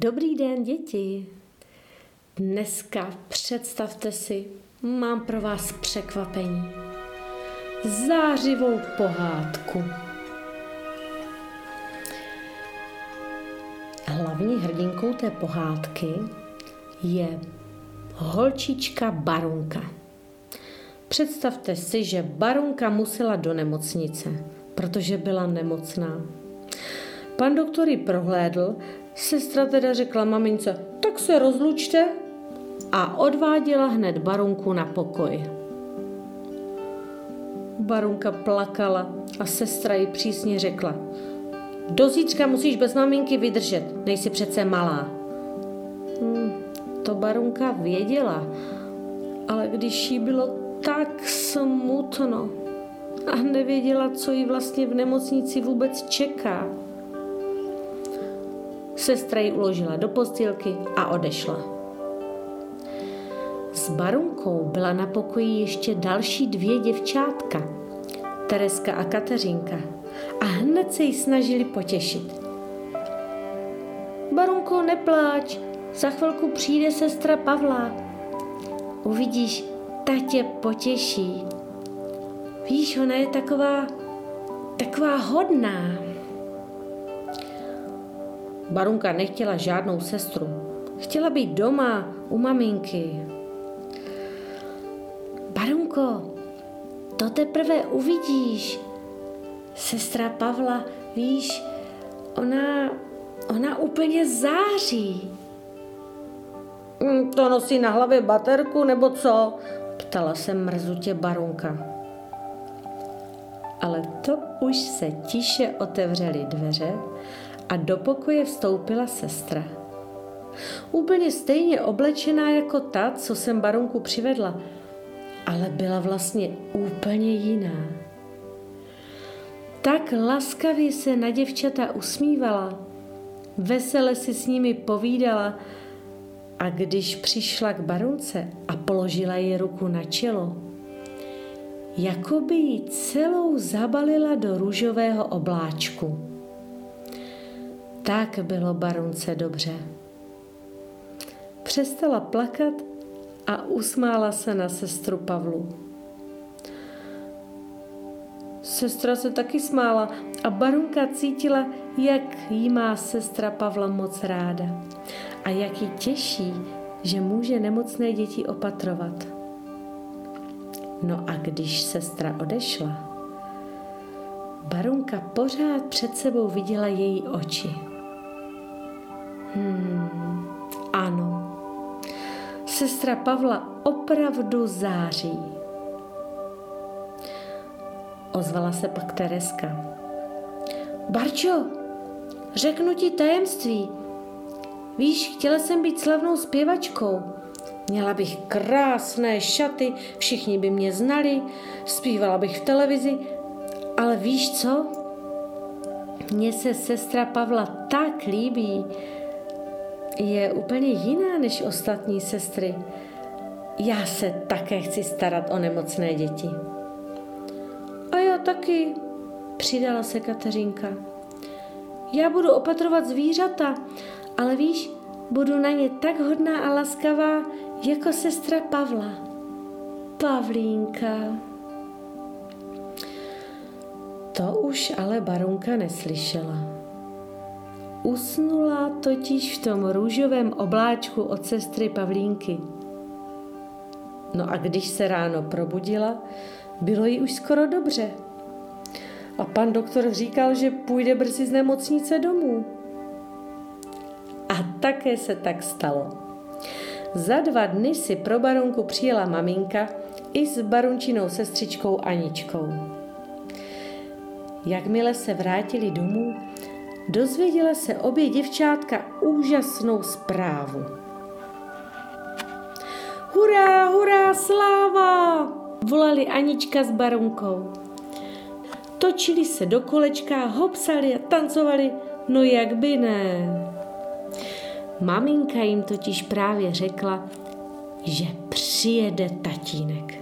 Dobrý den, děti. Dneska, představte si, mám pro vás překvapení. Zářivou pohádku. Hlavní hrdinkou té pohádky je holčička Barunka. Představte si, že Barunka musela do nemocnice, protože byla nemocná. Pan doktor ji prohlédl, sestra teda řekla mamince, tak se rozlučte, a odváděla hned Barunku na pokoj. Barunka plakala a sestra jí přísně řekla, do zítřka musíš bez maminky vydržet, nejsi přece malá. To Barunka věděla, ale když jí bylo tak smutno a nevěděla, co jí vlastně v nemocnici vůbec čeká, sestra ji uložila do postýlky a odešla. S Barunkou byla na pokoji ještě další 2 děvčátka, Tereska a Kateřinka, a hned se jí snažili potěšit. Barunko, nepláč, za chvilku přijde sestra Pavla. Uvidíš, ta tě potěší. Víš, ona je taková hodná. Barunka nechtěla žádnou sestru. Chtěla být doma u maminky. Barunko, to teprve uvidíš. Sestra Pavla, víš, ona úplně září. To nosí na hlavě baterku, nebo co? Ptala se mrzutě Barunka. Ale to už se tiše otevřely dveře a do pokoje vstoupila sestra. Úplně stejně oblečená jako ta, co jsem Barunku přivedla, ale byla vlastně úplně jiná. Tak laskavě se na děvčata usmívala, vesele si s nimi povídala a když přišla k Barunce a položila jí ruku na čelo, jako by ji celou zabalila do růžového obláčku. Tak bylo Barunce dobře. Přestala plakat a usmála se na sestru Pavlu. Sestra se taky smála a Barunka cítila, jak jí má sestra Pavla moc ráda a jak ji těší, že může nemocné děti opatrovat. No a když sestra odešla, Barunka pořád před sebou viděla její oči. Ano, sestra Pavla opravdu září. Ozvala se pak Tereska. Barčo, řeknu ti tajemství. Víš, chtěla jsem být slavnou zpěvačkou. Měla bych krásné šaty, všichni by mě znali, zpívala bych v televizi, ale víš co? Mně se sestra Pavla tak líbí. Je úplně jiná než ostatní sestry. Já se také chci starat o nemocné děti. A já taky, přidala se Kateřinka. Já budu opatrovat zvířata, ale víš, budu na ně tak hodná a laskavá, jako sestra Pavla. Pavlínka. To už ale Barunka neslyšela. Usnula totiž v tom růžovém obláčku od sestry Pavlínky. No a když se ráno probudila, bylo jí už skoro dobře. A pan doktor říkal, že půjde brzy z nemocnice domů. A také se tak stalo. Za 2 dny si pro Barunku přijela maminka i s Barunčinou sestřičkou Aničkou. Jakmile se vrátili domů, dozvěděla se obě děvčátka úžasnou zprávu. Hurá, hurá, sláva! Volali Anička s Barunkou. Točili se do kolečka, hopsali a tancovali, no jak by ne. Maminka jim totiž právě řekla, že přijede tatínek.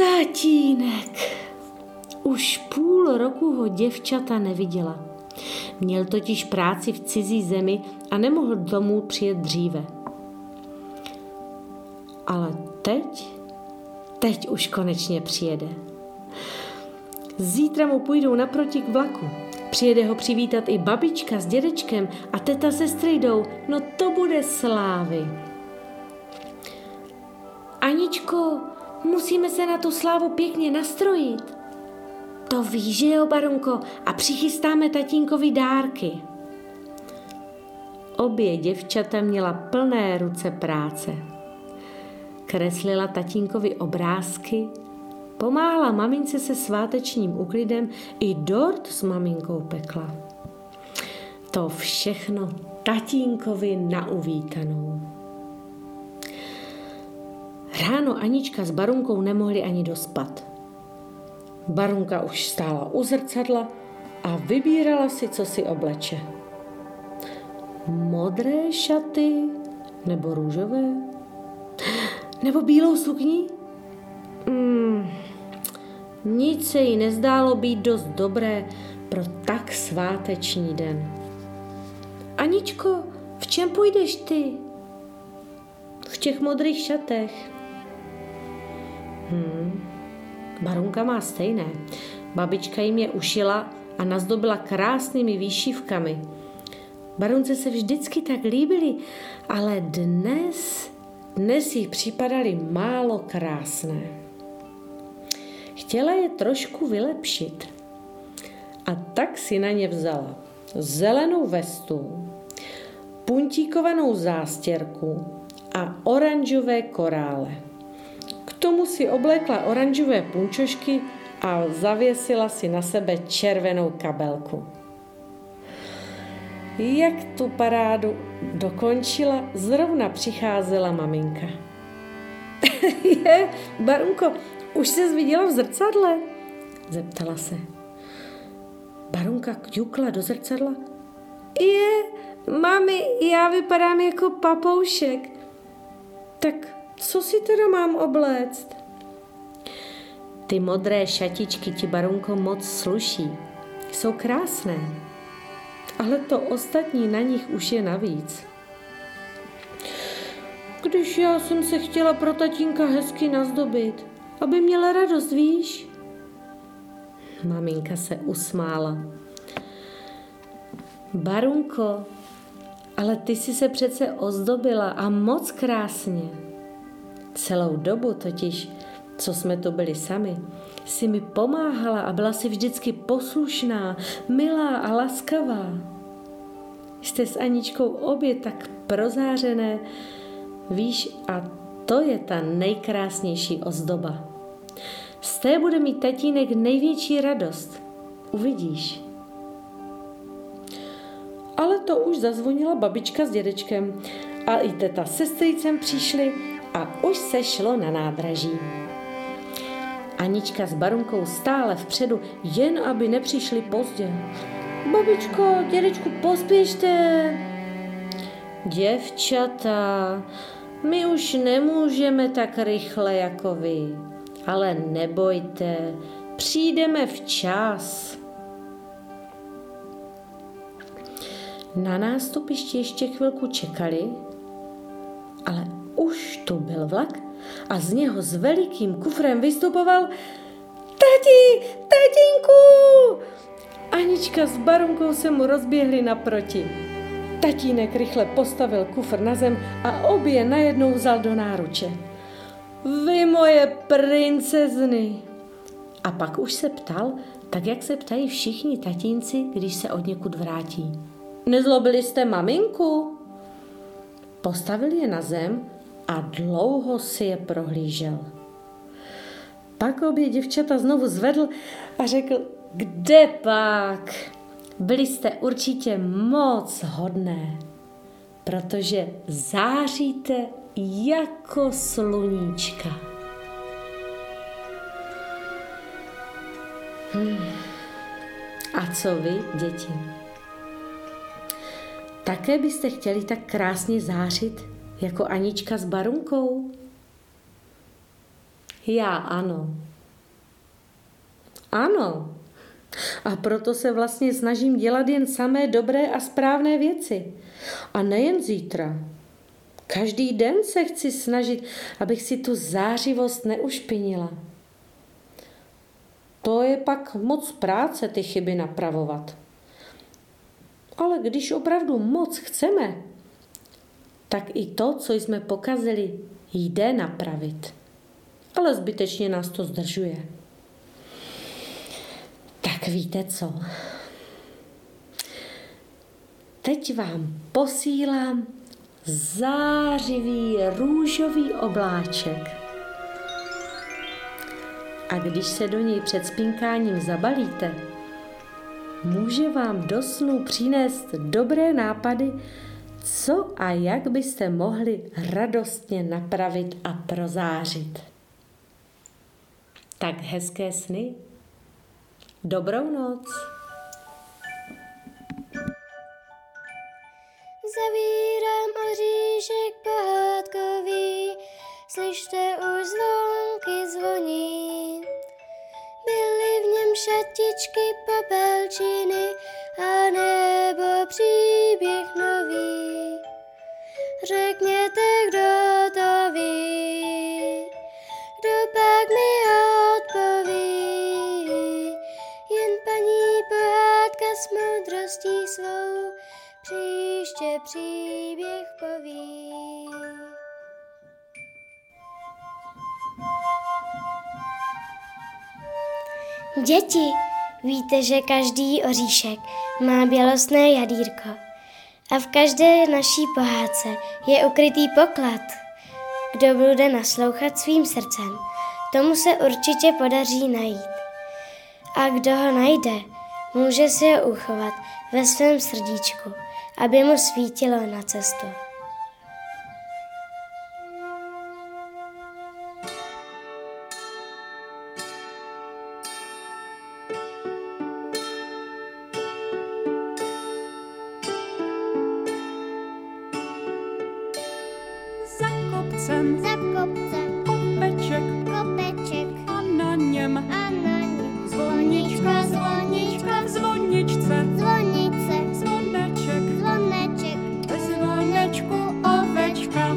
Tatínek! Už půl roku ho děvčata neviděla. Měl totiž práci v cizí zemi a nemohl domů přijet dříve. Ale teď už konečně přijede. Zítra mu půjdou naproti k vlaku. Přijede ho přivítat i babička s dědečkem a teta se strejdou. No to bude slávy. Aničko, musíme se na tu slávu pěkně nastrojit. To víš, že jo, Barunko, a přichystáme tatínkovi dárky. Obě děvčata měla plné ruce práce. Kreslila tatínkovi obrázky, pomáhala mamince se svátečním úklidem i dort s maminkou pekla. To všechno tatínkovi na uvítanou. Ráno Anička s Barunkou nemohli ani dospat. Barunka už stála u zrcadla a vybírala si, co si obleče. Modré šaty nebo růžové? Nebo bílou sukni? Nic se jí nezdálo být dost dobré pro tak sváteční den. Aničko, v čem půjdeš ty? V těch modrých šatech. Barunka má stejné. Babička jim je ušila a nazdobila krásnými výšivkami. Barunce se vždycky tak líbily, ale dnes jí připadaly málo krásné. Chtěla je trošku vylepšit a tak si na ně vzala zelenou vestu, puntíkovanou zástěrku a oranžové korále. K tomu si oblékla oranžové punčošky a zavěsila si na sebe červenou kabelku. Jak tu parádu dokončila, zrovna přicházela maminka. Barunko, už ses viděla v zrcadle? Zeptala se. Barunka kňukla do zrcadla. Mami, já vypadám jako papoušek. Tak co si teda mám obléct? Ty modré šatičky ti, Barunko, moc sluší. Jsou krásné. Ale to ostatní na nich už je navíc. Když já jsem se chtěla pro tatínka hezky nazdobit, aby měla radost, víš? Maminka se usmála. Barunko, ale ty jsi se přece ozdobila a moc krásně. Celou dobu totiž, co jsme tu byli sami, si mi pomáhala a byla si vždycky poslušná, milá a laskavá. Jste s Aničkou obě tak prozářené, víš, a to je ta nejkrásnější ozdoba. Z té bude mít tatínek největší radost. Uvidíš. Ale to už zazvonila babička s dědečkem a i teta se strýcem přišli a už se šlo na nádraží. Anička s Barunkou stále vpředu, jen aby nepřišli pozdě. Babičko, dědečku, pospěšte. Děvčata, my už nemůžeme tak rychle jako vy, ale nebojte, přijdeme včas. Na nástupišti ještě chvilku čekali, ale už tu byl vlak a z něho s velikým kufrem vystupoval tatínku! Anička s Barunkou se mu rozběhli naproti. Tatínek rychle postavil kufr na zem a obě najednou vzal do náruče. Vy moje princezny! A pak už se ptal, tak jak se ptají všichni tatínci, když se odněkud vrátí. Nezlobili jste maminku? Postavil je na zem a dlouho si je prohlížel. Pak obě děvčata znovu zvedl a řekl, kde pak? Byli jste určitě moc hodné, protože záříte jako sluníčka. A co vy, děti? Také byste chtěli tak krásně zářit, jako Anička s Barunkou? Já ano. Ano, A proto se vlastně snažím dělat jen samé dobré a správné věci. A nejen zítra. Každý den se chci snažit, abych si tu zářivost neušpinila. To je pak moc práce ty chyby napravovat. Ale když opravdu moc chceme, tak i to, co jsme pokazili, jde napravit. Ale zbytečně nás to zdržuje. Tak víte co? Teď vám posílám zářivý růžový obláček. A když se do něj před spinkáním zabalíte, může vám do snu přinést dobré nápady, co a jak byste mohli radostně napravit a prozářit. Tak hezké sny. Dobrou noc. Zavírám oříšek pohádkový, slyšte už zvonky zvoní. Byly v něm šatičky, popelčiny a nebo příběh nový. Řekněte, kdo to ví, kdo pak mi odpoví. Jen paní pohádka s moudrostí svou příště příběh poví. Děti, víte, že každý oříšek má bělostné jadírko a v každé naší pohádce je ukrytý poklad. Kdo bude naslouchat svým srdcem, tomu se určitě podaří najít. A kdo ho najde, může si ho uchovat ve svém srdíčku, aby mu svítilo na cestu. Za kopcem kopeček a na něm zvonička v zvoničce, zvoneček ve zvonečku ovečka.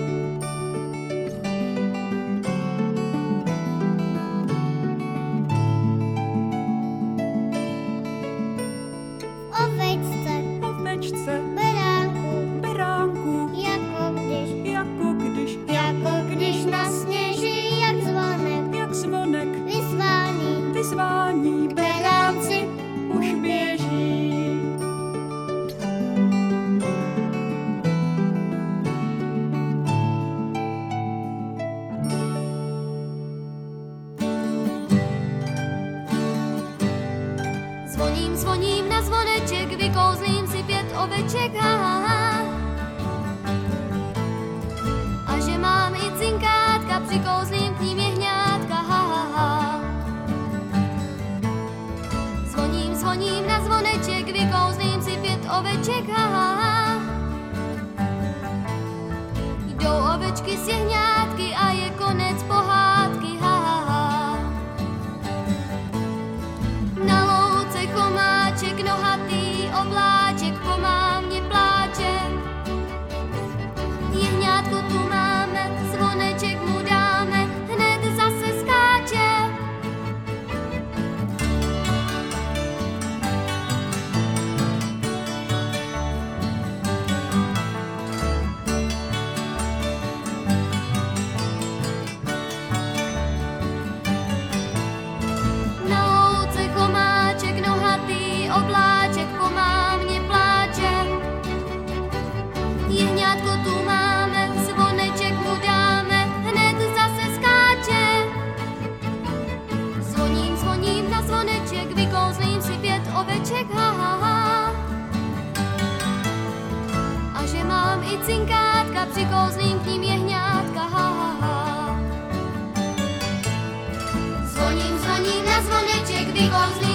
Ovečce, beránku, jako když nasněží, jak zvonek, vyzvání, beránci už běží. Zvoním na zvoneček, vykouzlím si 5 oveček, A že mám i cinkátka, přikouzlím k ním jehňátka, Zvoním na zvoneček, vykouzlím si 5 oveček, Jdou ovečky s jehňátky a je konec pohádky, Na louce chomáček, nohatý obláček, po mámě pláče. Jehňátko tu máme, zvoneček mu dáme, hned zase skáče. Na louce chomáček, nohatý obláček, po mámě pláče. Jehňátko tu máme, zvoneček mu dáme, hned zase skáče. Zvoním na zvoneček, vykouzlím si 5 oveček, A že mám i cinkátka, přikouzlím k ním jehňátka, Zvoním na zvoneček, vykouzlím